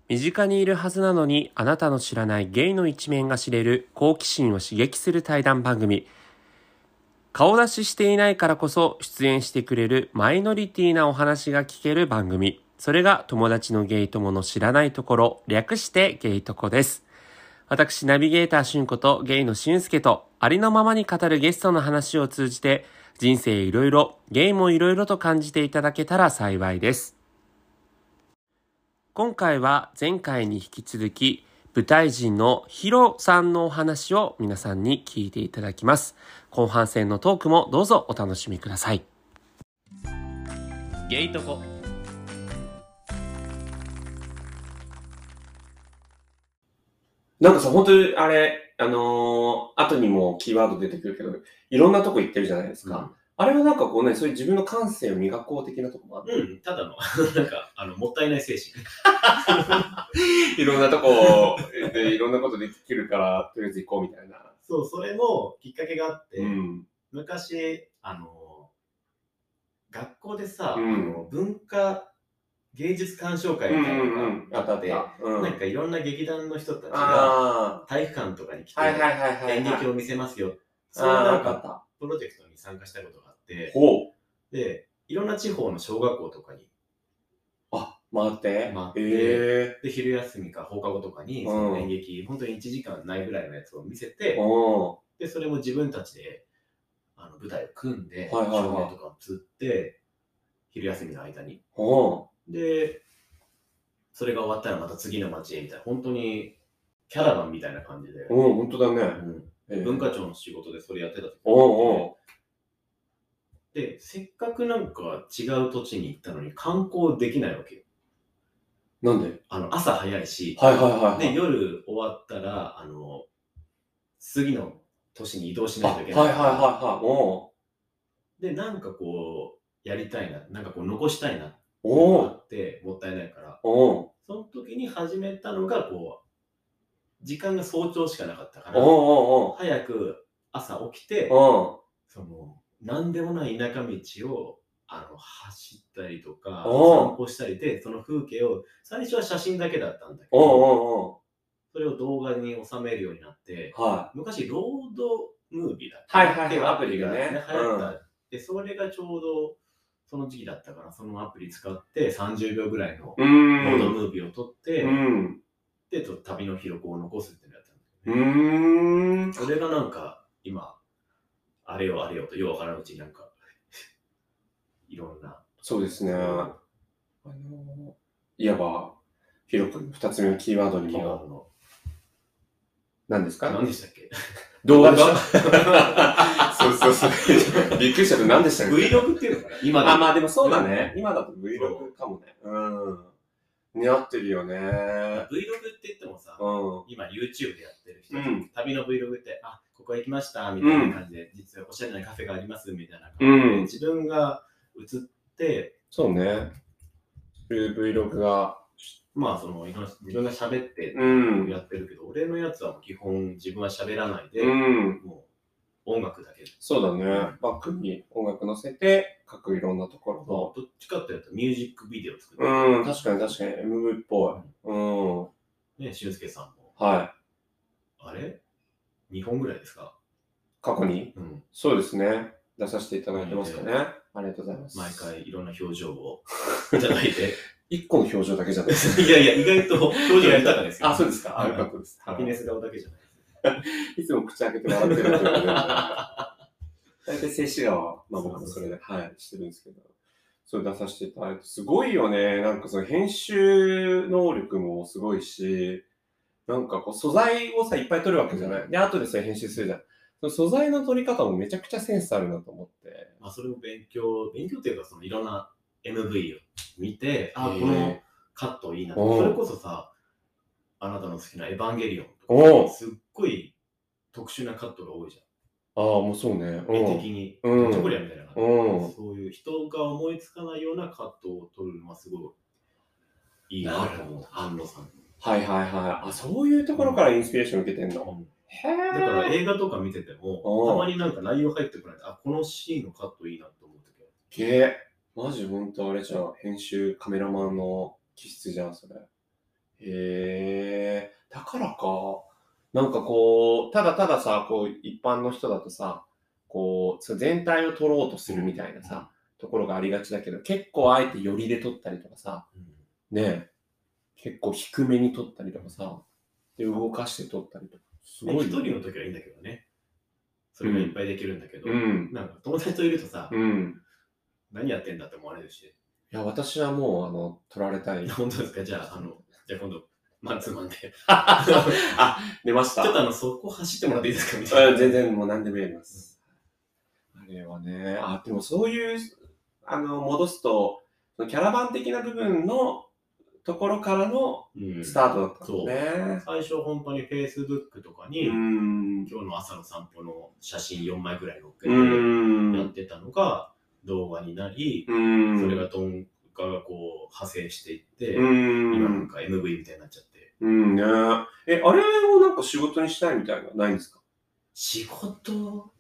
身近にいるはずなのにあなたの知らないゲイの一面が知れる好奇心を刺激する対談番組。顔出ししていないからこそ出演してくれるマイノリティなお話が聞ける番組。それが友達のゲイ友の知らないところ、略してゲイトコです。私ナビゲーターしゅんことゲイのしゅんすけとありのままに語るゲストの話を通じて人生いろいろ、ゲイもいろいろと感じていただけたら幸いです。今回は前回に引き続き舞台人のヒロさんのお話を皆さんに聞いていただきます。後半戦のトークもどうぞお楽しみください。ゲイトコ。なんかさ、本当にあれ、後にもキーワード出てくるけど、いろんなとこ行ってるじゃないですか。あれはなんかこうね、そういう自分の感性を磨こう的なとこもある。 ただの、なんか、もったいない精神。 いろんなとこでいろんなことできるから、とりあえず行こうみたいな。 そう、それもきっかけがあって、昔、学校でさ、文化芸術鑑賞会みたいなのがあって、なんかいろんな劇団の人たちが体育館とかに来て演劇を見せますよ。そういうなんかプロジェクトに参加したことがあって、で、いろんな地方の小学校とかに回って、 で、昼休みか放課後とかにその演劇、本当に1時間ないぐらいのやつを見せて、で、それも自分たちで舞台を組んで、照明とかをつって、昼休みの間に。で、それが終わったらまた次の街へみたいな、本当にキャラバンみたいな感じで。 本当だね。 文化庁の仕事でそれやってた時で、せっかくなんか違う土地に行ったのに観光できないわけよ。 なんで？ 朝早いし、で、夜終わったら、次の都市に移動しないといけない。で、なんかこう、やりたいな、なんかこう残したいなって思って、もったいないから、その時に始めたのが、こう、時間が早朝しかなかったから、早く朝起きて、なんでもない田舎道を走ったりとか散歩したりで、その風景を最初は写真だけだったんだけど、それを動画に収めるようになって、昔ロードムービーだったっていうアプリがね、流行った。で、それがちょうどその時期だったから、そのアプリ使って30秒ぐらいのロードムービーを撮って、で、旅の記録を残すっていうのをやったんだけど、それがなんか今、あれよあれよとようわからんうちになんかいろんな。 そうですね。いわば広く2つ目のキーワードにも何ですか？ 何でしたっけ？ 動画でしょ？そう。びっくりしたけど何でしたっけ？ Vlog っていうのかな？今だと。まあでもそうだね。今だと Vlog かもね。似合ってるよね。 Vlog って言ってもさ、今 YouTube でやってる人、旅の Vlog って、ここ行きましたみたいな感じで、実はおしゃれなカフェがありますみたいな感じで、自分が映って、 そうね。Vlog が、 まあ自分が喋ってやってるけど、俺のやつは基本自分は喋らないで、もう音楽だけ。 そうだね。バックに音楽乗せて、各いろんなところの。 どっちかっていうとミュージックビデオ作って。 確かに MV っぽい。ね、俊介さんも。 あれ ?2 本ぐらいですか？ 過去に？そうですね。出させていただいてますかね。ありがとうございます。 毎回いろんな表情をいただいて。 一個の表情だけじゃないです。 いや、意外と表情豊かですよ。 そうですか。よかったです。 ハピネス顔だけじゃない。 いつも口開けて笑ってるってことで。大体静止画は、僕もそれで、してるんですけど。それ出させていただいて、すごいよね。なんかその編集能力もすごいし、なんかこう素材をさ、いっぱい撮るわけじゃない。で、後でそれ編集するじゃん。その素材の撮り方もめちゃくちゃセンスあるなと思って。 それも勉強っていうか、いろんな MV を見て、このカットいいな。それこそさ、あなたの好きなエヴァンゲリオンとか、すっごい特殊なカットが多いじゃん。 もうそうね。 絵的に。チョコリアみたいな感じ。そういう人が思いつかないようなカットを撮るのはすごいいいなと思う。安野さん。 そういうところからインスピレーション受けてんの。 だから映画とか見てても、たまになんか内容入ってこないと、このシーンのカットいいなと思うとき。 マジほんとあれじゃん。編集カメラマンの気質じゃん、それ。 へえ、だからか。なんかこう、ただたださ、こう、一般の人だとさ、こう、全体を取ろうとするみたいなさ、ところがありがちだけど、結構あえて寄りで取ったりとかさ、ねえ、結構低めに取ったりとかさ、で、動かして取ったりとか。すごい、 一人の時はいいんだけどね。それがいっぱいできるんだけど、なんか友達といるとさ、何やってんだって思われるし。いや、私はもう、取られたい。 本当ですか？じゃあ今度、マンツーマンで。 あ、出ました。 ちょっとそこ走ってもらっていいですかみたいな。 全然もう何でもやります。あれはね、でもそういう、戻すと、キャラバン的な部分のところからのスタートだったんだね。 最初本当に Facebook とかに、今日の朝の散歩の写真4枚ぐらい載っけてやってたのが動画になり、それが動画がこう派生していって、今なんか MV みたいになっちゃって。 ね。あれをなんか仕事にしたいみたいなのないんですか？ 仕事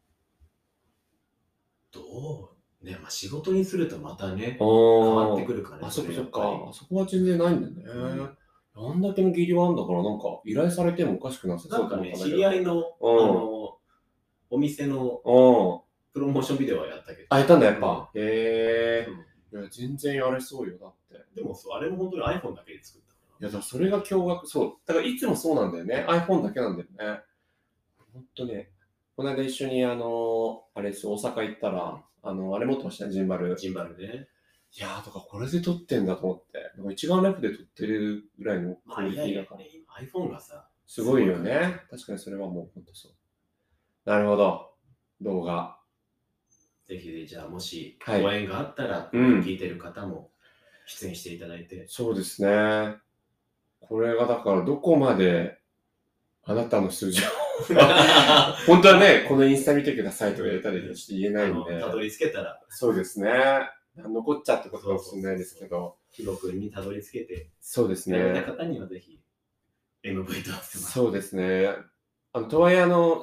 どうね、まあ仕事にするとまたね、変わってくるからね。 そっか。そこは全然ないんだね。あんだけの技量あんだから、なんか依頼されてもおかしくなさそう。 なんかね、知り合いの、お店のプロモーションビデオはやったけど。 やったんだ、やっぱ。へえ。いや、全然やれそうよ、だって。 でもあれも本当に iPhone だけで作ったから。 いや、だからそれが驚愕。そう。だからいつもそうなんだよね。iPhone だけなんだよね。ほんとね。この間一緒にあれです、大阪行ったら、あれ持ってましたね、ジンバル。 ジンバルね。 いやー、とかこれで撮ってんだと思って。なんか一眼レフで撮ってるぐらいのクオリティだから。 今 iPhone がさ、 すごいよね。確かにそれはもうほんとそう。なるほど。動画。 ぜひじゃあもしご縁があったら、聞いてる方も出演していただいて。 そうですね。これがだからどこまであなたの数字を本当はね、このインスタ見てくださいとか言ったりして言えないんで。 たどり着けたら。 そうですね。残っちゃってことかもしれないですけど。 ヒロ君にたどり着けて。 そうですね。 やられた方にはぜひ MV と合わせます。 そうですね。とはいえ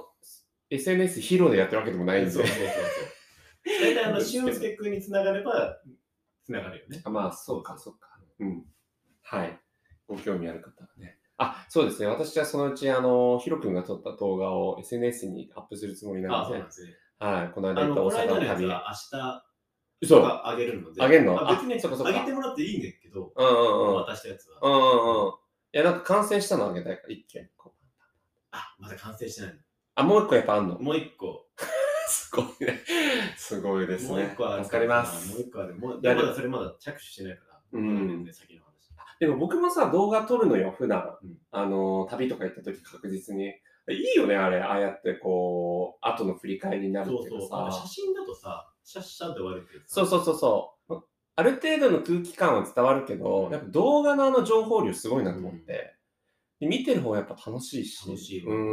SNS ヒロでやってるわけでもないんで。 大体俊介君につながれば、つながるよね。 まあ、そうか。はい。ご興味ある方はね。そうですね。私はそのうち、ヒロ君が撮った動画を SNS にアップするつもりなんで。はい。この間行った大阪の旅。 明日、あげるので。 あげるの？ 別にあげてもらっていいんだけど、渡したやつは。いや、なんか完成したのあげたいから、一件。 まだ完成してないの。 もう一個やっぱあんの？ もう一個。 すごいね。すごいですね。 もう一個ある。 わかります。 もう一個ある。まだそれまだ着手してないから。先の話。 でも僕もさ、動画撮るのよ、普段。旅とか行った時確実に。いいよね、あれ。ああやってこう、後の振り返りになるっていうかさ。 写真だとさ、シャッシャッって終わるけどそう。ある程度の空気感は伝わるけど、やっぱ動画の情報量すごいなと思って。見てる方がやっぱ楽しいし。 楽しいわ。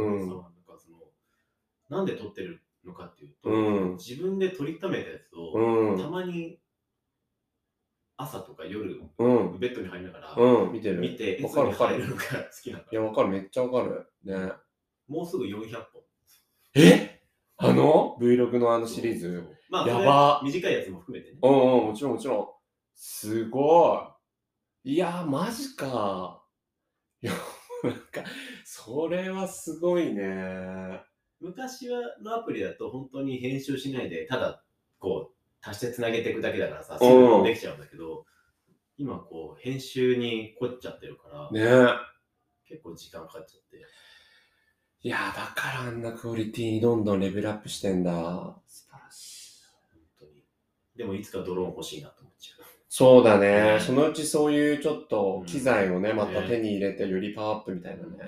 なんで撮ってるのかっていうと、自分で撮りためたやつを、たまに朝とか夜、ベッドに入りながら、見て、いつに入るのが好きなの。 いや、わかる。めっちゃわかる。ね。 もうすぐ400本。 Vlog のシリーズ。 やば。短いやつも含めてね。 もちろん。すごい。いや、マジか。いや、なんか、それはすごいね。 昔のアプリだと本当に編集しないで、ただ、こう、足してつなげていくだけだからさ、すぐできちゃうんだけど、今こう、編集に凝っちゃってるから、結構時間かかっちゃって。 いや、だからあんなクオリティにどんどんレベルアップしてんだ。素晴らしい。 本当に。でもいつかドローン欲しいなと思っちゃう。 そうだね。そのうちそういうちょっと機材をね、また手に入れてよりパワーアップみたいなね。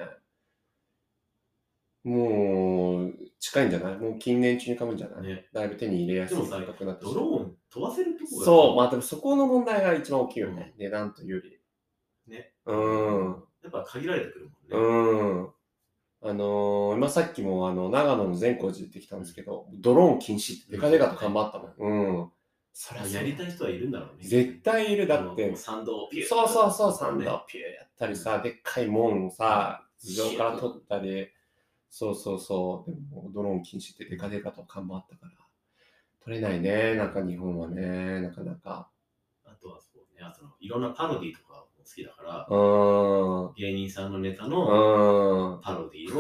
もう、近いんじゃない？もう近年中に買うんじゃない？だいぶ手に入れやすい価格になってドローン飛ばせるとこそう、でもそこの問題が一番大きいよね。値段というより。 ね。やっぱ限られてくるもんね。 今さっきも長野の善光寺行ってきたんですけど、ドローン禁止ってデカデカと看板あったもん。 それはやりたい人はいるんだろうね。 絶対いる。だって。 参道ピュー。 そう、参道ピューやったりさ、でっかい門をさ、地上から撮ったり。そう。でもドローン禁止ってデカデカと看板あったから。撮れないね、なんか日本はね、なかなか。 あとはそうね、いろんなパロディとか好きだから、芸人さんのネタのパロディを、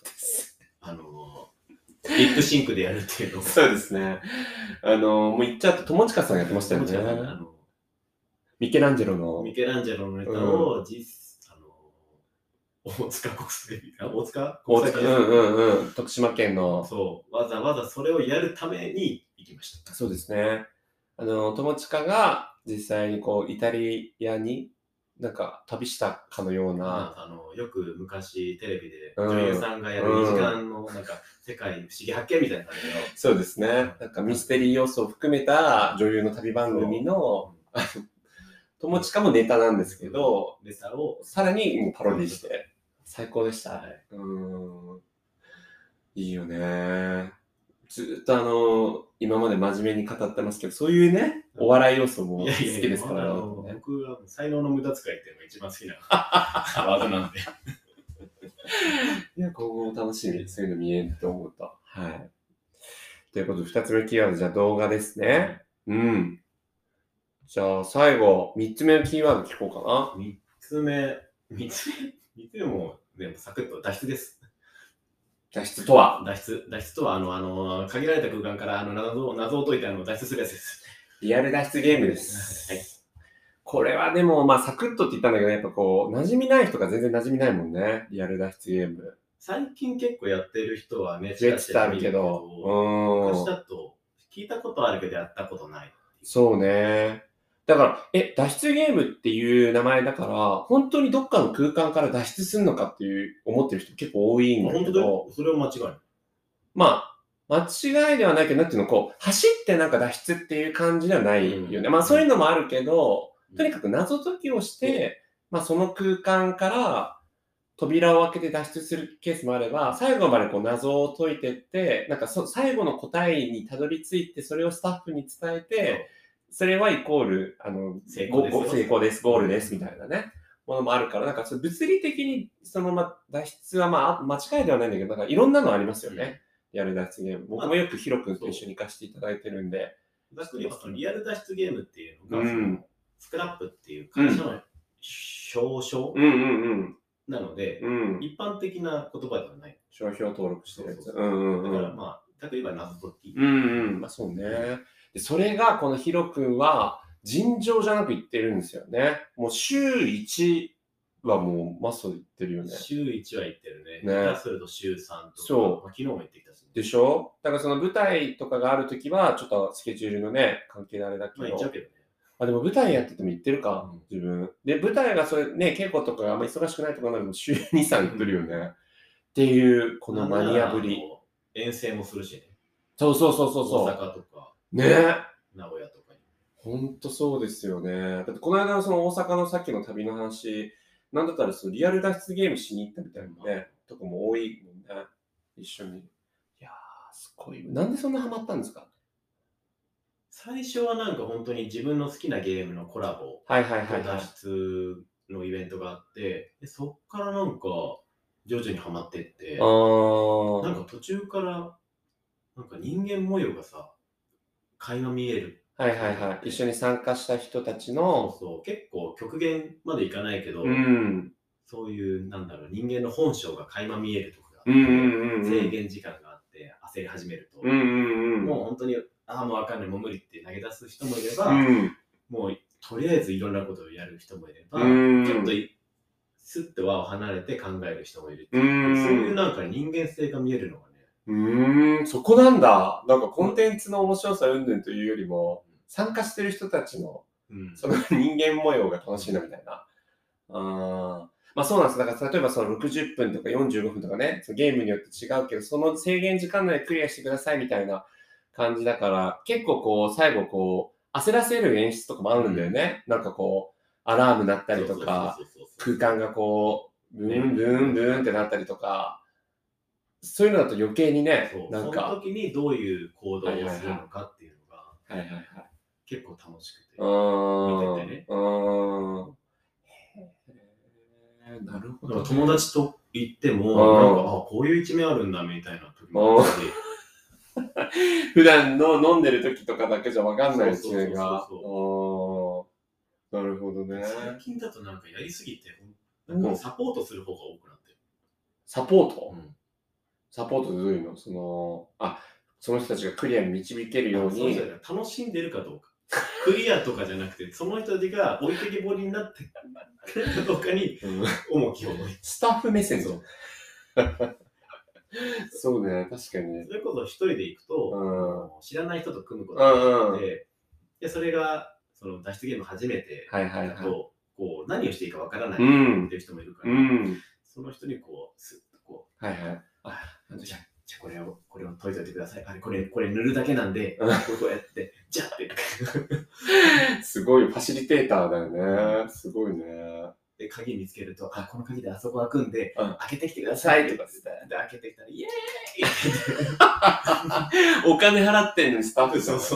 リップシンクでやるっていうのを。 そうですね。もう言っちゃうと、友近さんやってましたよね。ミケランジェロのネタを、大塚国際大塚国際徳島県の。 そう、わざわざそれをやるために行きました。 そうですね。友近が実際にこう、イタリアになんか旅したかのような。 よく昔テレビで女優さんがやる2時間のなんか世界不思議発見みたいな感じの。 そうですね。なんかミステリー要素を含めた女優の旅番組の、友近もネタなんですけど、 ネタをさらにもうパロディして、最高でした。 はい、 いいよね。ずっと今まで真面目に語ってますけど、そういうね、お笑い要素も好きですから、 僕は才能の無駄遣いっていうのが一番好きな技なんで。 いや、今後も楽しみ、そういうの見えると思うと。はい。ということで、2つ目キーワード、じゃあ動画ですね。じゃあ最後、3つ目のキーワード聞こうかな。 3つ目も、でもサクッと脱出です。 脱出とは限られた空間から謎を解いて脱出するやつです。 リアル脱出ゲームです。はい。これはでも、まあ、サクッとって言ったんだけど、やっぱこう、馴染みない人が全然馴染みないもんね。リアル脱出ゲーム。 最近結構やってる人はね、 ちらちらあるけど、 昔だと聞いたことあるけどやったことない。 そうね。だから、脱出ゲームっていう名前だから、本当にどっかの空間から脱出するのかっていう思ってる人結構多いんだけど。 本当だよ。それは間違いない。 まあ、間違いではないけど、なんていうの、こう、走ってなんか脱出っていう感じではないよね。まあ、そういうのもあるけど、とにかく謎解きをして、まあ、その空間から扉を開けて脱出するケースもあれば、最後までこう謎を解いてって、なんか最後の答えにたどり着いて、それをスタッフに伝えて、それはイコール、成功です、ゴールです、みたいなね、ものもあるから、なんか物理的にその脱出はまあ、間違いではないんだけど、なんかいろんなのありますよね。リアル脱出ゲーム。僕もよくヒロ君と一緒に行かせていただいてるんで。 ざっくりリアル脱出ゲームっていうのが、スクラップっていう会社の商標なので、一般的な言葉ではない。 商標登録してるやつ。だからまあ、例えば謎解き。 まあそうね。で、それがこのヒロ君は尋常じゃなく言ってるんですよね。もう週1はもうマストで言ってるよね。 週1は言ってるね。下手すると週3とか。 そう。 昨日も言ってきたし。 でしょ？だからその舞台とかがあるときは、ちょっとスケジュールのね、関係であれだけど。 まあ言っちゃうけどね。 でも舞台やってても言ってるか、自分。で、舞台がそれね、稽古とかあんま忙しくないとかなると週2、3行ってるよね。っていう、このマニアぶり。 遠征もするしね。 そう。 大阪とか。 ね。 名古屋とかに。 ほんとそうですよね。だってこの間のその大阪のさっきの旅の話、なんだったらそのリアル脱出ゲームしに行ったみたいなね、とこも多いもんね。一緒に。いやー、すごい。なんでそんなハマったんですか？ 最初はなんか本当に自分の好きなゲームのコラボ脱出のイベントがあって、でそっからなんか徐々にハマってって、なんか途中からなんか人間模様がさ、垣間見える。 一緒に参加した人たちの、 結構極限までいかないけど、そういうなんだろう、人間の本性が垣間見えるとかがあって、制限時間があって焦り始めると、もう本当にもうわかんない、もう無理って投げ出す人もいれば、もうとりあえずいろんなことをやる人もいれば、ちょっとスッと輪を離れて考える人もいる。そういうなんか人間性が見えるのがね。 そこなんだ。なんかコンテンツの面白さ云々というよりも、参加してる人たちの、その人間模様が楽しいなみたいな。まあそうなんです。だから例えばその60分とか45分とかね、そのゲームによって違うけど、その制限時間内でクリアしてくださいみたいな感じだから、結構こう、最後こう、焦らせる演出とかもあるんだよね。なんかこう、アラーム鳴ったりとか、空間がこう、ブーンブーンブーンってなったりとか、そういうのだと余計にね、 なんかその時にどういう行動をするのかっていうのが、結構楽しくて、見ててね。 なるほど、ね。 友達と行っても、なんか、こういう一面あるんだみたいな時もあったし。 普段の飲んでる時とかだけじゃわかんない一面が。 なるほどね。 最近だとなんかやりすぎて、なんかサポートする方が多くなってる。 サポート、サポートどういうの？その人たちがクリアに導けるように。 楽しんでるかどうか。クリアとかじゃなくて、その人たちが置いてけぼりになってくれるかどうかに重きを置いて。 スタッフ目線ぞ。そうね、確かにね。 それこそ一人で行くと、知らない人と組むことがあって、でそれがその脱出ゲーム初めてだと、こう何をしていいかわからないっていう人もいるから、その人にこうスッとこう、じゃあこれを解いといてください。これ塗るだけなんで、こうやってじゃって。 すごいファシリテーターだよね。すごいね。 で、鍵見つけると、この鍵であそこ開くんで、開けてきてくださいとかってで、開けてきたら、イエーイお金払ってんのにスタッフそう。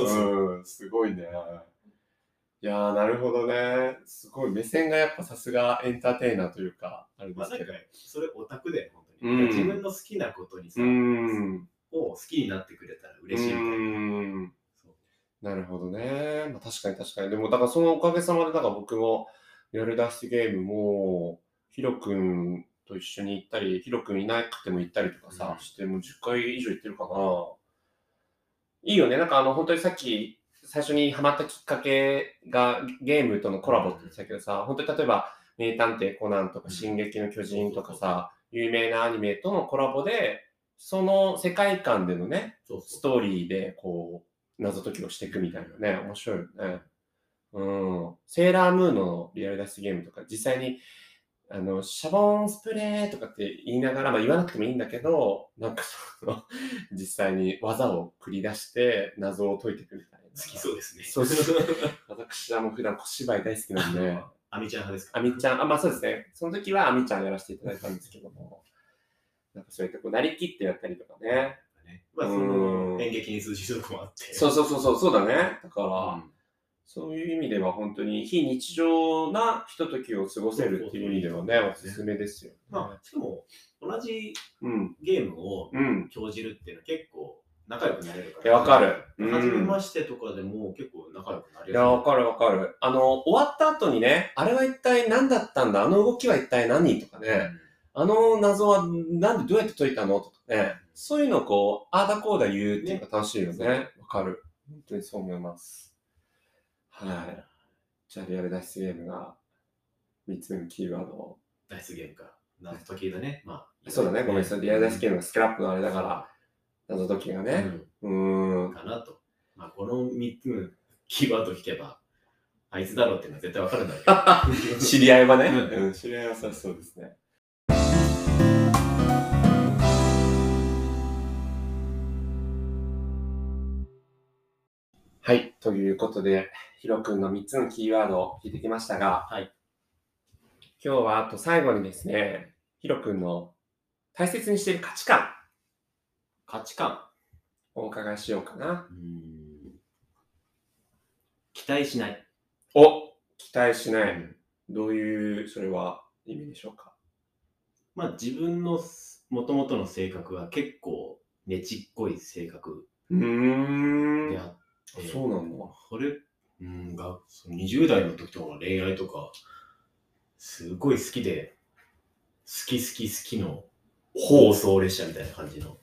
すごいね。いやー、なるほどね。すごい、目線がやっぱさすがエンターテイナーというか、あれですけど。 それオタクで、本当に。自分の好きなことにさ、を好きになってくれたら嬉しいみたいな。 なるほどね。確かに。でも、だからそのおかげさまで、だから僕も、やる脱出ゲームも、ヒロ君と一緒に行ったり、ヒロ君いなくても行ったりとかさ、して、もう10回以上行ってるかな。いいよね。なんか本当にさっき、最初にハマったきっかけがゲームとのコラボって言ってたけどさ、本当に例えば、名探偵コナンとか、進撃の巨人とかさ、有名なアニメとのコラボで、その世界観でのね、ストーリーでこう、謎解きをしていくみたいなね、面白いよね。セーラームーンのリアル脱出ゲームとか、実際に、シャボンスプレーとかって言いながら、言わなくてもいいんだけど、なんか実際に技を繰り出して謎を解いていくみたいな。 好きそうですね。 そう。私はもう普段小芝居大好きなんで。 アミちゃん派ですか？ アミちゃん、そうですね。その時はアミちゃんやらせていただいたんですけども、なんかそうやってこう、なりきってやったりとかね。 その演劇に通じるとこもあって。 そうだね。だから、そういう意味では本当に非日常なひとときを過ごせるっていう意味ではね、おすすめですよ。 しかも、同じゲームを興じるっていうのは結構仲良くなれるから。 わかる。 初めましてとかでも結構仲良くなれる。 いや、わかる。終わった後にね、あれは一体何だったんだ、あの動きは一体何とかね、あの謎はなんでどうやって解いたのとかね、そういうのをこう、あーだこうだ言うっていうのが楽しいよね。わかる。本当にそう思います。はい。じゃあ、リアル脱出ゲームが3つ目のキーワード。 脱出ゲームか。謎解きだね。 そうだね。ごめんなさい。リアル脱出ゲームがスクラップのあれだから、謎解きがね。 かなと。この3つのキーワード聞けば、あいつだろうっていうのは絶対わかるんだけど。 知り合いはね。知り合いはそうですね。はい。ということで、ヒロ君の3つのキーワードを聞いてきましたが、今日はあと最後にですね、ヒロ君の大切にしている価値観をお伺いしようかな。 期待しない。 期待しない。どういう、それは意味でしょうか？ 自分の元々の性格は結構ねちっこい性格であって、 そうなんだ。 それが20代の時とかの恋愛とかすごい好きで、好きの放送列車みたいな感じの。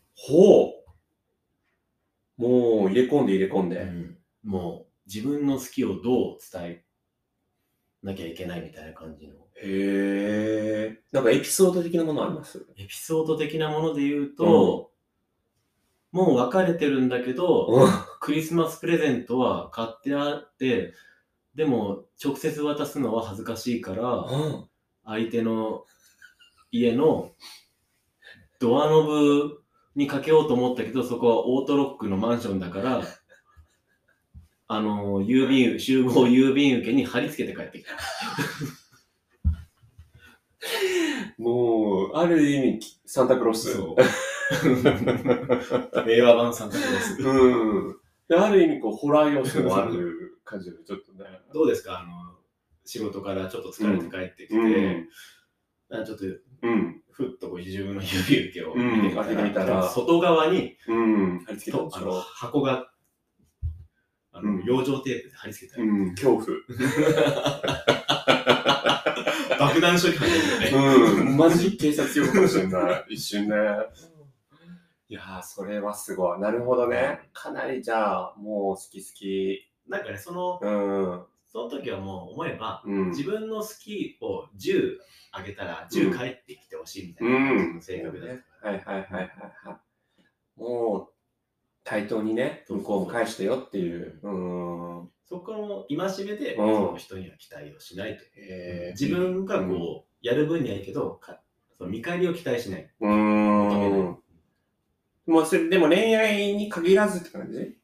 もう入れ込んで、 もう自分の好きをどう伝えなきゃいけないみたいな感じの。 なんかエピソード的なものあります？ エピソード的なもので言うと、もう別れてるんだけど、クリスマスプレゼントは買ってあって、でも直接渡すのは恥ずかしいから、相手の家のドアノブにかけようと思ったけど、そこはオートロックのマンションだから、集合郵便受けに貼り付けて帰ってきた。 もう、ある意味、サンタクロース。 令和版サンタクロース。 ある意味、ホラー要素もある感じで、ちょっとね。 どうですか？仕事からちょっと疲れて帰ってきて、ちょっと、ふっと自分の指受けを見てみたら、外側に、箱が養生テープで貼り付けたり。 恐怖。 爆弾処理班だよね。マジ警察呼ぶかもしれない。一瞬ね。いやー、それはすごい。なるほどね。かなりじゃあ、もう好き。 なんかね、その時はもう思えば、自分の好きを10あげたら10返ってきてほしいみたいな感じの性格だった。 はい。もう、対等にね、向こうも返してよっていう。 そこの戒めで、その人には期待をしないと。自分がこう、やる分にはいいけど、見返りを期待しない。求めない。 もうそれでも恋愛に限らずって感じ？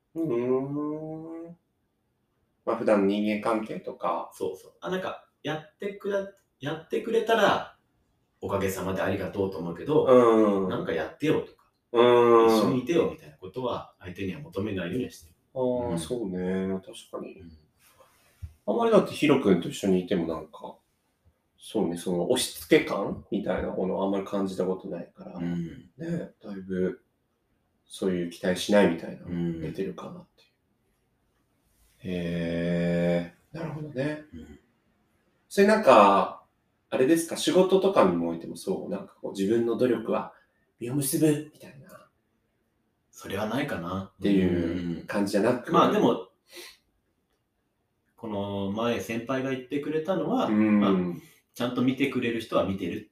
まあ普段人間関係とか。 なんか、やってくれたら、おかげさまでありがとうと思うけど、なんかやってよとか、一緒にいてよみたいなことは相手には求めないようにしてる。 そうね。確かに。あんまりだってヒロ君と一緒にいてもなんか、そうね、その押し付け感みたいなものをあんまり感じたことないから、ね、だいぶそういう期待しないみたいなの出てるかなっていう。なるほどね。それなんか、あれですか、仕事とかにもおいてもそう、なんかこう自分の努力は実を結ぶみたいな。 それはないかなっていう感じじゃなく、 まあでも、この前先輩が言ってくれたのは、ちゃんと見てくれる人は見てる。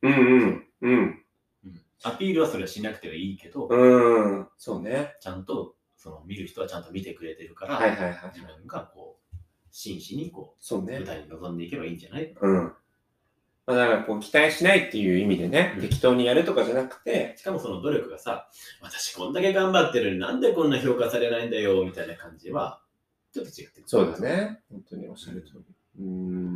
アピールはそれはしなくてはいいけど、 そうね。 ちゃんと見る人はちゃんと見てくれてるから、自分がこう真摯にこう舞台に臨んでいけばいいんじゃない？ まあだからこう期待しないっていう意味でね、適当にやるとかじゃなくて、 しかもその努力がさ、私こんだけ頑張ってるのになんでこんな評価されないんだよみたいな感じはちょっと違ってくる。 そうですね。本当におっしゃる通り。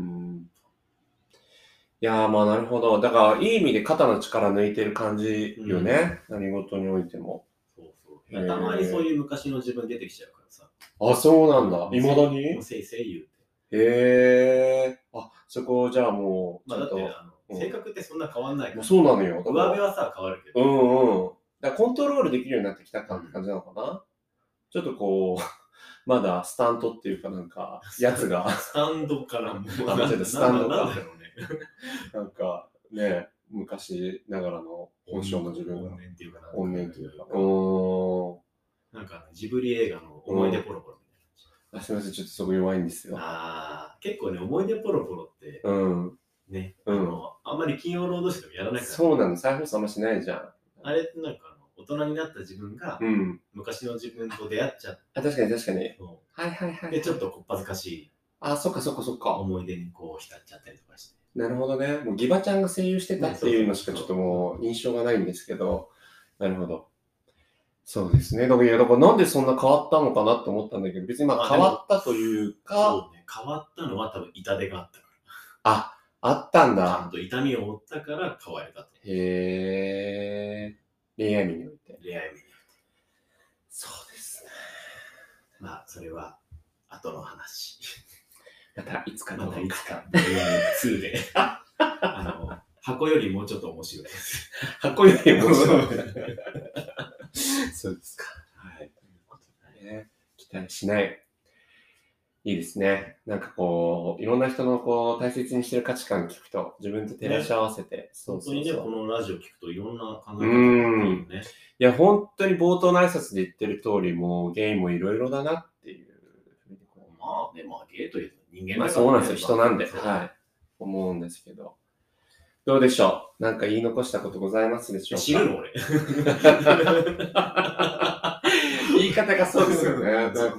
いやーまあなるほど。だからいい意味で肩の力抜いてる感じよね。何事においても。 たまにそういう昔の自分出てきちゃうからさ。 あ、そうなんだ。未だに？ もうせい言うて。あ、そこじゃあもう。 まあだって性格ってそんな変わんないから。 そうなのよ。 上辺はさ変わるけど。 だからコントロールできるようになってきた感じなのかな。ちょっとこう、まだスタントっていうかなんか、やつが。 スタンドからもう。 スタンドか。 なんだろうね。 なんか、ね、昔ながらの本性の自分が。 怨念っていうかな。 怨念というか。 なんかジブリ映画の思い出ポロポロみたいな。すみません、ちょっとそこ弱いんですよ。 結構ね、思い出ポロポロって、ね、あんまり金曜ロードショーでもやらないから。 そうなの、再放送あんましないじゃん。 あれってなんか大人になった自分が、昔の自分と出会っちゃって。 確かに。 で、ちょっとこっぱずかしい。 そっか。 思い出にこう浸っちゃったりとかして。 なるほどね。もうギバちゃんが声優してたっていうのしかちょっともう印象がないんですけど、なるほど。そうですね。だからなんでそんな変わったのかなって思ったんだけど、別にまあ変わったというか。 そうね。変わったのは多分痛手があったから。 あったんだ。 ちゃんと痛みを負ったから変われたと。 へー。恋愛面において。そうですね。 まあ、それは後の話。 またいつか。 2で。箱よりもうちょっと面白いです。 箱より面白い。そうですか。はい。ということでね。期待しない。いいですね。なんかこう、いろんな人のこう、大切にしてる価値観聞くと、自分と照らし合わせて。 本当にね、このラジオ聞くといろんな考え方があるよね。 いや、本当に冒頭の挨拶で言ってる通り、もうゲイもいろいろだなっていう。 まあね、ゲイという人間だから、ね。 そうなんですよ。人なんで。はい。思うんですけど。どうでしょう？なんか言い残したことございますでしょうか？ 知るの俺。 言い方がそうですよね。なんか。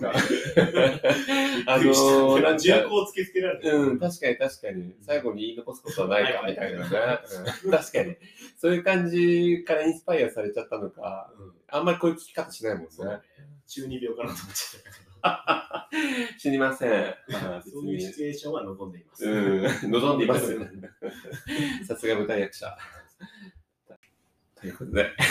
銃口を突きつけられて。 確かに。最後に言い残すことはないかみたいなね。確かに。そういう感じからインスパイアされちゃったのか、あんまりこういう聞き方しないもんね。 中二病かなと思っちゃったけど。 知りません。 そういうシチュエーションは望んでいます。 望んでいます。さすが舞台役者。ということで。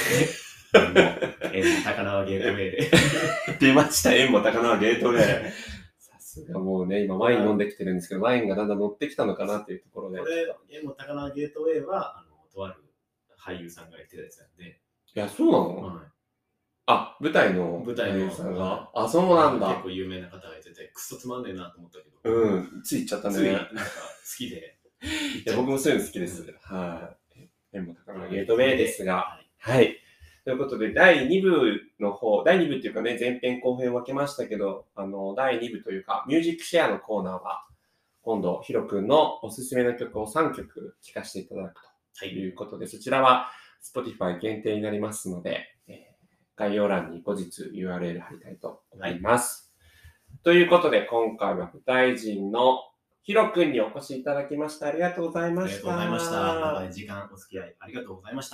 高輪ゲートウェイで。 出ました、縁も高輪ゲートウェイ。さすがもうね、今ワイン飲んできてるんですけど、ワインがだんだん乗ってきたのかなっていうところで。 これ、縁も高輪ゲートウェイは、とある俳優さんが言ってたやつなんで。 いや、そうなの？ あ、舞台の俳優さんが。あ、そうなんだ。 結構有名な方がいてて、くっそつまんねえなと思ったけど。 うん、ついちゃったね。 つい、なんか好きで。 いや、僕もそういうの好きです。はい。でも、高村ゲートウェイですが、はい。ということで、第2部の方、第2部っていうかね、前編後編分けましたけど、第2部というか、ミュージックシェアのコーナーは、今度、ヒロ君のおすすめの曲を3曲聴かせていただくということで、そちらは Spotify 限定になりますので、概要欄に後日 URL 貼りたいと思います。ということで、今回は舞台人のヒロ君にお越しいただきました。ありがとうございました。 ありがとうございました。長い時間お付き合いありがとうございました。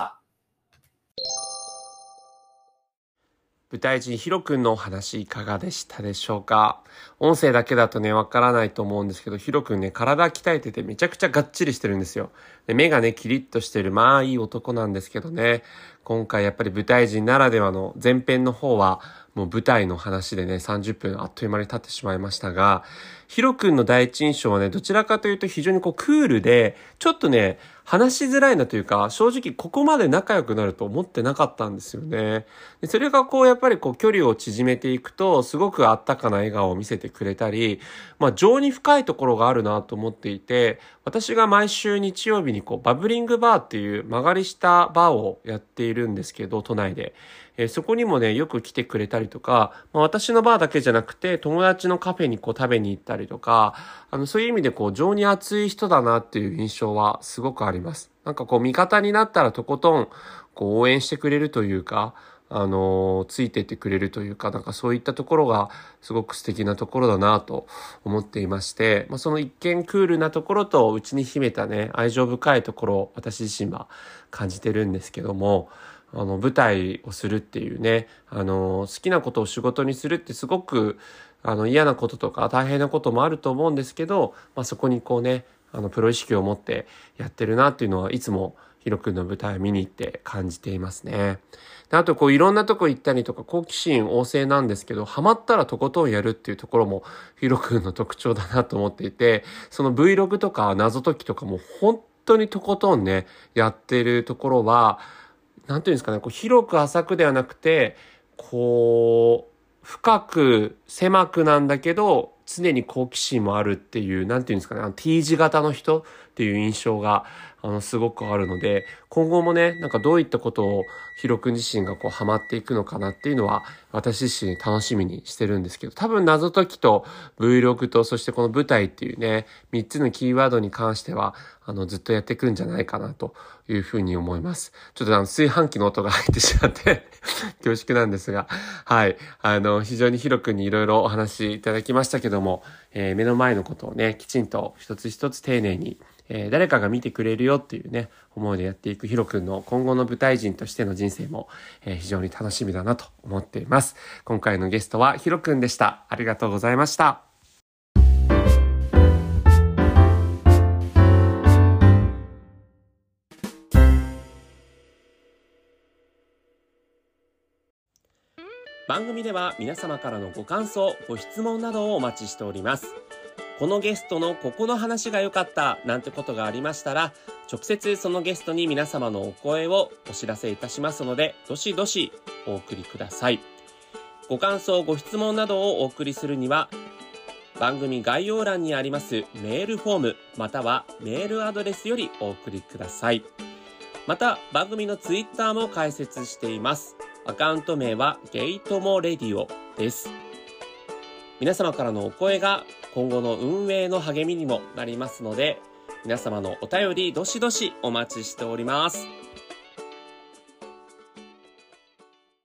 舞台人ヒロ君のお話いかがでしたでしょうか。音声だけだとね、わからないと思うんですけど、ヒロ君ね、体鍛えててめちゃくちゃがっちりしてるんですよ。で、目がね、キリッとしてる、まあいい男なんですけどね、今回やっぱり舞台人ならではの前編の方は、もう舞台の話でね、30分あっという間に経ってしまいましたが、ヒロ君の第一印象はね、どちらかというと非常にこうクールで、ちょっとね、話しづらいなというか、正直ここまで仲良くなると思ってなかったんですよね。でそれがこうやっぱりこう距離を縮めていくと、すごくあったかな笑顔を見せてくれたり、情に深いところがあるなと思っていて、私が毎週日曜日にこうバブリングバーっていう曲がりしたバーをやっているんですけど、都内で。そこにもね、よく来てくれたりとか、私のバーだけじゃなくて、友達のカフェにこう食べに行ったりとか、そういう意味でこう、情に熱い人だなっていう印象はすごくあります。なんかこう、味方になったらとことん、こう、応援してくれるというか、ついてってくれるというか、なんかそういったところがすごく素敵なところだなと思っていまして、その一見クールなところと内に秘めたね、愛情深いところを私自身は感じてるんですけども、舞台をするっていうね、好きなことを仕事にするってすごく嫌なこととか大変なこともあると思うんですけど、そこにこうね、プロ意識を持ってやってるなっていうのはいつもヒロ君の舞台を見に行って感じていますね。であとこういろんなとこ行ったりとか好奇心旺盛なんですけど、ハマったらとことんやるっていうところもヒロ君の特徴だなと思っていて、その Vlog とか謎解きとかも本当にとことんね、やってるところは、なんていうんですかね、こう広く浅くではなくて、こう、深く狭くなんだけど、常に好奇心もあるっていう、なんていうんですかね、T 字型の人っていう印象が、すごくあるので、今後もね、なんかどういったことをヒロ君自身がこうハマっていくのかなっていうのは、私自身楽しみにしてるんですけど、多分謎解きと Vlog と、そしてこの舞台っていうね、3つのキーワードに関しては、ずっとやっていくんじゃないかなというふうに思います。ちょっと炊飯器の音が入ってしまって恐縮なんですが、はい。非常にヒロ君にいろいろお話いただきましたけども、目の前のことをね、きちんと一つ一つ丁寧に、誰かが見てくれるよっていうね、思いでやっていくヒロ君の今後の舞台人としての人生も、非常に楽しみだなと思っています。今回のゲストはヒロ君でした。ありがとうございました。番組では皆様からのご感想、ご質問などをお待ちしております。このゲストのここの話が良かったなんてことがありましたら、直接そのゲストに皆様のお声をお知らせいたしますので、どしどしお送りください。ご感想、ご質問などをお送りするには、番組概要欄にありますメールフォームまたはメールアドレスよりお送りください。また番組のツイッターも開設しています。アカウント名はゲイトモレディオです。皆様からのお声が今後の運営の励みにもなりますので、皆様のお便りどしどしお待ちしております。